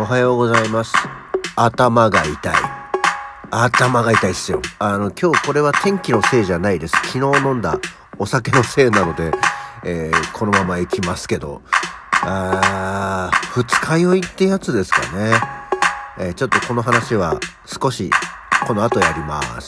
はようございます。頭が痛いっすよ。今日これは天気のせいじゃないです。昨日飲んだお酒のせいなので、このまま行きますけど、二日酔いってやつですかね。ちょっとこの話は少しこの後やります。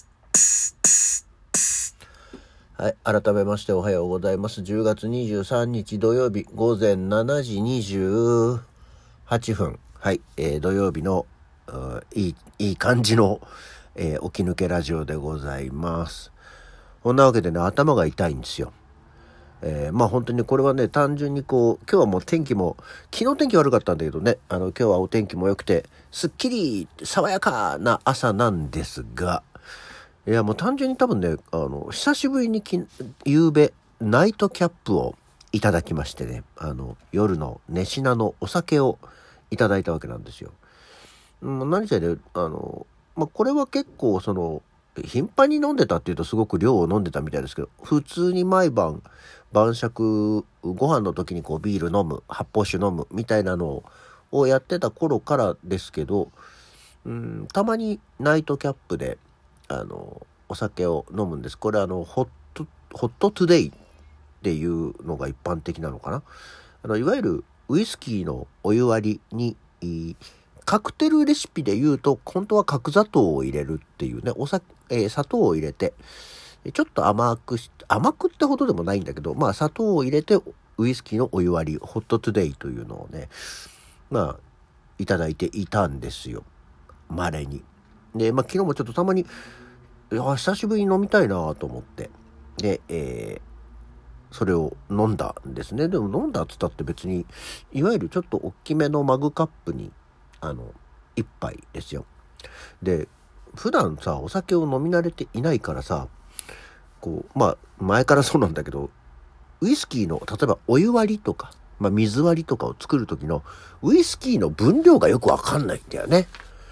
はい、改めましておはようございます。10月23日土曜日午前7時28分。はい、土曜日のいい感じの、起き抜けラジオでございます。こんなわけでね、頭が痛いんですよ。本当にこれはね、単純に今日はもう天気も、昨日天気悪かったんだけどね、今日はお天気も良くて、すっきり爽やかな朝なんですが、いやもう単純に多分ね、久しぶりに夕べ、ナイトキャップをいただきましてね、夜の寝品のお酒をいただいたわけなんですよ。何せね、これは結構頻繁に飲んでたっていうとすごく量を飲んでたみたいですけど、普通に毎晩晩酌ご飯の時にビール飲む、発泡酒飲むみたいなのをやってた頃からですけど、たまにナイトキャップでお酒を飲むんです。これホットトゥデイっていうのが一般的なのかな。いわゆるウイスキーのお湯割りにカクテルレシピで言うと本当は角砂糖を入れるっていうね、砂糖を入れてちょっと甘くってほどでもないんだけど、砂糖を入れてウイスキーのお湯割りホットトゥデイというのをね、いただいていたんですよ、稀に。で、昨日もちょっとたまに久しぶりに飲みたいなと思って、で、それを飲んだんですね。でも飲んだっつったって別にいわゆるちょっと大きめのマグカップに一杯ですよ。で、普段さお酒を飲み慣れていないからさ、前からそうなんだけど、ウイスキーの例えばお湯割りとか、水割りとかを作る時のウイスキーの分量がよくわかんないんだよね。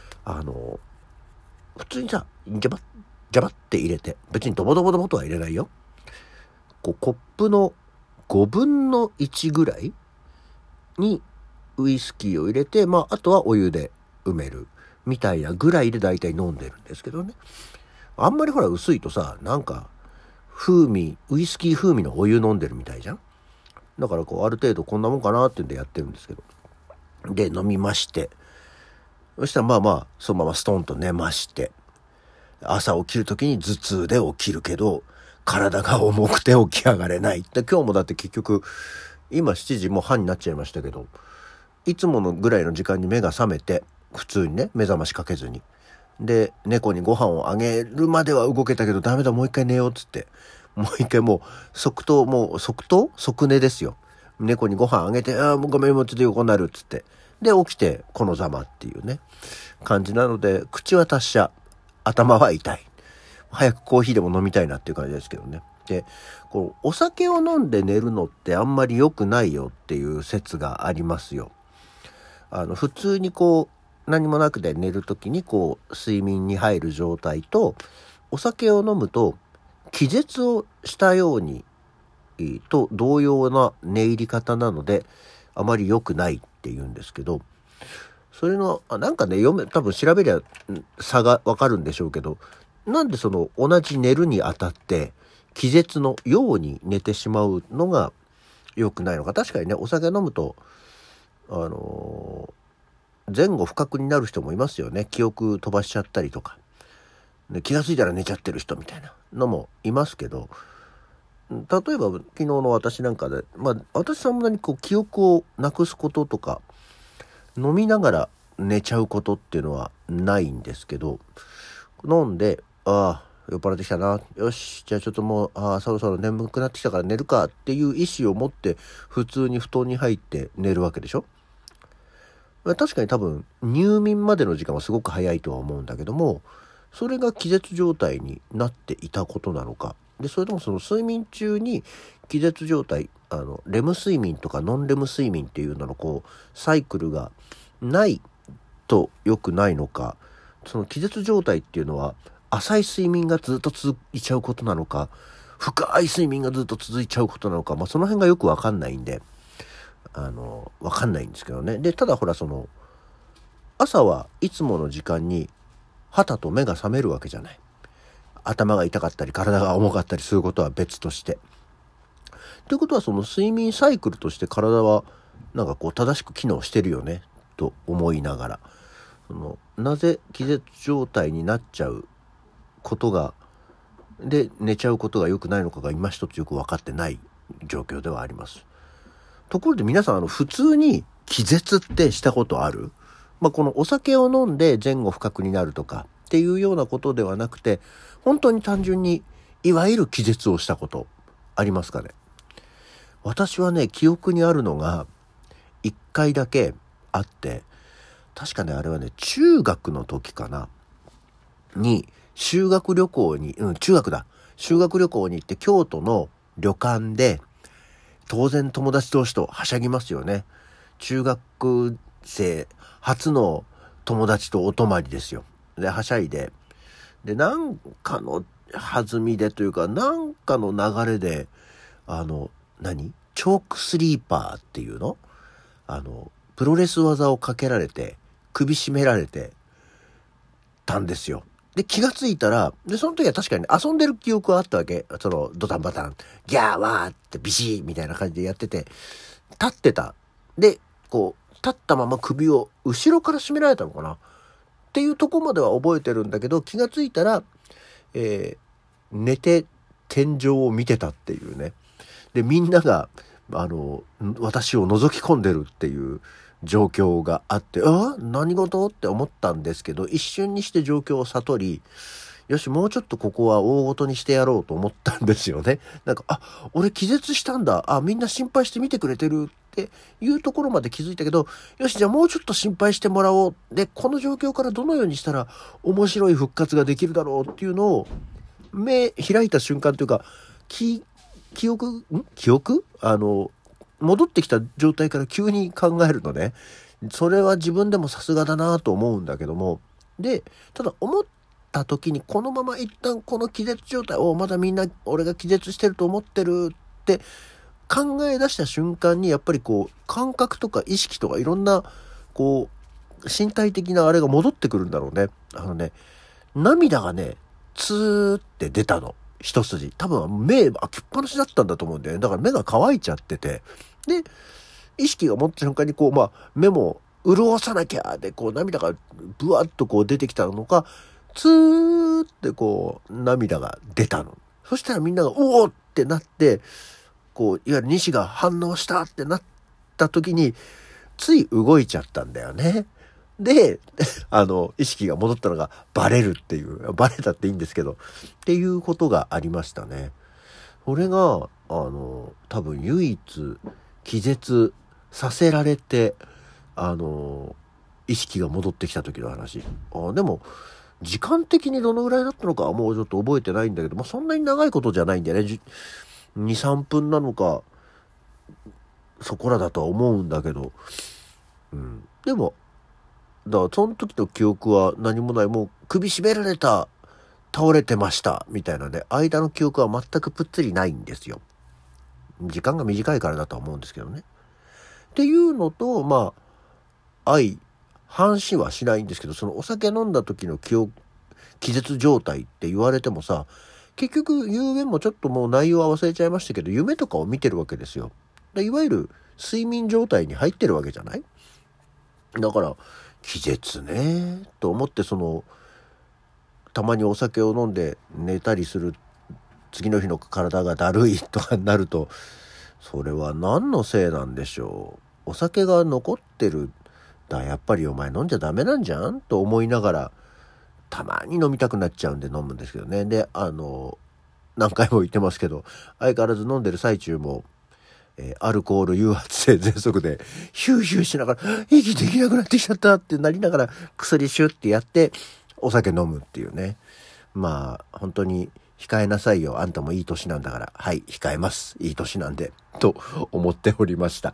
普通にさジャバって入れて、別にドボドボドボとは入れないよ。コップの5分の1ぐらいにウイスキーを入れて、あとはお湯で埋めるみたいなぐらいで大体飲んでるんですけどね。あんまりほら薄いとさ、なんかウイスキー風味のお湯飲んでるみたいじゃん。だからある程度こんなもんかなってんでやってるんですけど。で、飲みまして、そしたらそのままストンと寝まして、朝起きるときに頭痛で起きるけど、体が重くて起き上がれないって。今日もだって結局、今7時もう半になっちゃいましたけど、いつものぐらいの時間に目が覚めて、普通にね、目覚ましかけずに。で、猫にご飯をあげるまでは動けたけど、ダメだ、もう一回寝ようっつって。もう一回即寝ですよ。猫にご飯あげて、もうごめん、もうちょっと横になるっつって。で、起きて、このざまっていうね、感じなので、口は達者。頭は痛い。早くコーヒーでも飲みたいなっていう感じですけどね。で、お酒を飲んで寝るのってあんまり良くないよっていう説がありますよ。普通に何もなくで寝るときに睡眠に入る状態と、お酒を飲むと気絶をしたようにと同様な寝入り方なので、あまり良くないって言うんですけど、それのなんかね、多分調べりゃ差がわかるんでしょうけど、なんで同じ寝るにあたって気絶のように寝てしまうのが良くないのか。確かにね、お酒飲むと前後不覚になる人もいますよね。記憶飛ばしちゃったりとか、で気がついたら寝ちゃってる人みたいなのもいますけど、例えば昨日の私なんかで、私そんなに記憶をなくすこととか飲みながら寝ちゃうことっていうのはないんですけど、飲んで酔っ払ってきたな、よしじゃあちょっともうそろそろ眠くなってきたから寝るかっていう意思を持って普通に布団に入って寝るわけでしょ。確かに多分入眠までの時間はすごく早いとは思うんだけども、それが気絶状態になっていたことなのか、でそれとも睡眠中に気絶状態、レム睡眠とかノンレム睡眠っていうののサイクルがないと良くないのか、その気絶状態っていうのは浅い睡眠がずっと続いちゃうことなのか、深い睡眠がずっと続いちゃうことなのか、その辺がよくわかんないんで、 わかんないんですけどね。で、ただほら朝はいつもの時間にはたと目が覚めるわけじゃない。頭が痛かったり体が重かったりすることは別として。ということは睡眠サイクルとして体はなんか正しく機能してるよねと思いながら、なぜ気絶状態になっちゃうことがで寝ちゃうことが良くないのかが今一つよく分かってない状況ではあります。ところで皆さん普通に気絶ってしたことある？このお酒を飲んで前後不覚になるとかっていうようなことではなくて、本当に単純にいわゆる気絶をしたことありますかね？私はね、記憶にあるのが一回だけあって、確かね、あれはね、中学の時かなに修学旅行に、修学旅行に行って京都の旅館で、当然友達同士とはしゃぎますよね。中学生初の友達とお泊まりですよ。で、はしゃいで、なんかの弾みでというか、なんかの流れで、チョークスリーパーっていうの？プロレス技をかけられて、首絞められてたんですよ。で、気がついたら、その時は確かに遊んでる記憶はあったわけ。ドタンバタン、ギャーワーってビシーみたいな感じでやってて、立ってた。で、立ったまま首を後ろから絞められたのかなっていうとこまでは覚えてるんだけど、気がついたら、寝て天井を見てたっていうね。で、みんなが、私を覗き込んでるっていう状況があって、何事って思ったんですけど、一瞬にして状況を悟り、よし、もうちょっとここは大ごとにしてやろうと思ったんですよね。俺気絶したんだ。みんな心配して見てくれてるっていうところまで気づいたけど、よし、じゃあもうちょっと心配してもらおう。で、この状況からどのようにしたら面白い復活ができるだろうっていうのを、目開いた瞬間というか、記憶戻ってきた状態から急に考えるのね。それは自分でもさすがだなと思うんだけども。で、ただ思った時にこのまま一旦この気絶状態をまだみんな俺が気絶してると思ってるって考え出した瞬間にやっぱり感覚とか意識とかいろんな身体的なあれが戻ってくるんだろうね。涙がね、ツーって出たの。一筋。多分目開きっぱなしだったんだと思うんだよね。だから目が乾いちゃってて。で、意識が持った瞬間に目も潤さなきゃで涙がブワッと出てきたのが、ツーって涙が出たの。そしたらみんながおーってなって、いわゆる西が反応したってなった時に、つい動いちゃったんだよね。で、意識が戻ったのがバレたっていいんですけど、っていうことがありましたね。それが、多分唯一気絶させられて、意識が戻ってきた時の話。でも、時間的にどのぐらいだったのかはもうちょっと覚えてないんだけど、そんなに長いことじゃないんだよね。2、3分なのか、そこらだとは思うんだけど、でも、だからその時の記憶は何もない。もう首絞められた、倒れてましたみたいなね、間の記憶は全くぷっつりないんですよ。時間が短いからだとは思うんですけどね。っていうのと反しはしないんですけど、そのお酒飲んだ時の気絶状態って言われてもさ、結局夕べもちょっともう内容は忘れちゃいましたけど、夢とかを見てるわけですよ。いわゆる睡眠状態に入ってるわけじゃない？だから気絶ねと思って、たまにお酒を飲んで寝たりする、次の日の体がだるいとかになると、それは何のせいなんでしょう。お酒が残ってるやっぱりお前飲んじゃダメなんじゃんと思いながら、たまに飲みたくなっちゃうんで飲むんですけどね。で、何回も言ってますけど、相変わらず飲んでる最中もアルコール誘発性喘息でヒューヒューしながら息できなくなってきちゃったってなりながら薬シュッってやってお酒飲むっていうね。本当に控えなさいよ、あんたもいい年なんだから。はい、控えます、いい年なんでと思っておりました。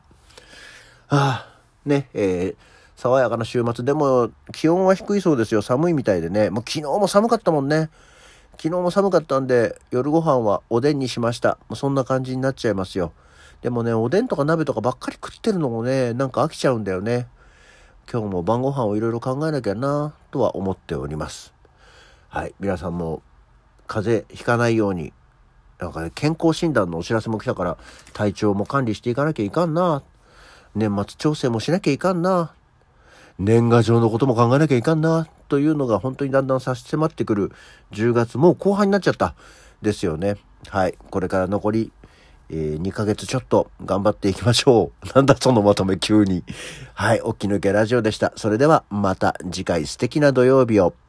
爽やかな週末でも気温は低いそうですよ。寒いみたいでね。もう昨日も寒かったもんね。昨日も寒かったんで夜ご飯はおでんにしました。もうそんな感じになっちゃいますよ。 でもね、おでんとか鍋とかばっかり食ってるのもね、なんか飽きちゃうんだよね。今日も晩ご飯をいろいろ考えなきゃなとは思っております。はい。皆さんも風邪ひかないように、なんかね、健康診断のお知らせも来たから、体調も管理していかなきゃいかんな。年末調整もしなきゃいかんな。年賀状のことも考えなきゃいかんな。というのが本当にだんだん差し迫ってくる10月、もう後半になっちゃった。ですよね。はい。これから残り、2ヶ月ちょっと頑張っていきましょう。なんだそのまとめ急に。はい。起き抜けラジオでした。それではまた次回素敵な土曜日を。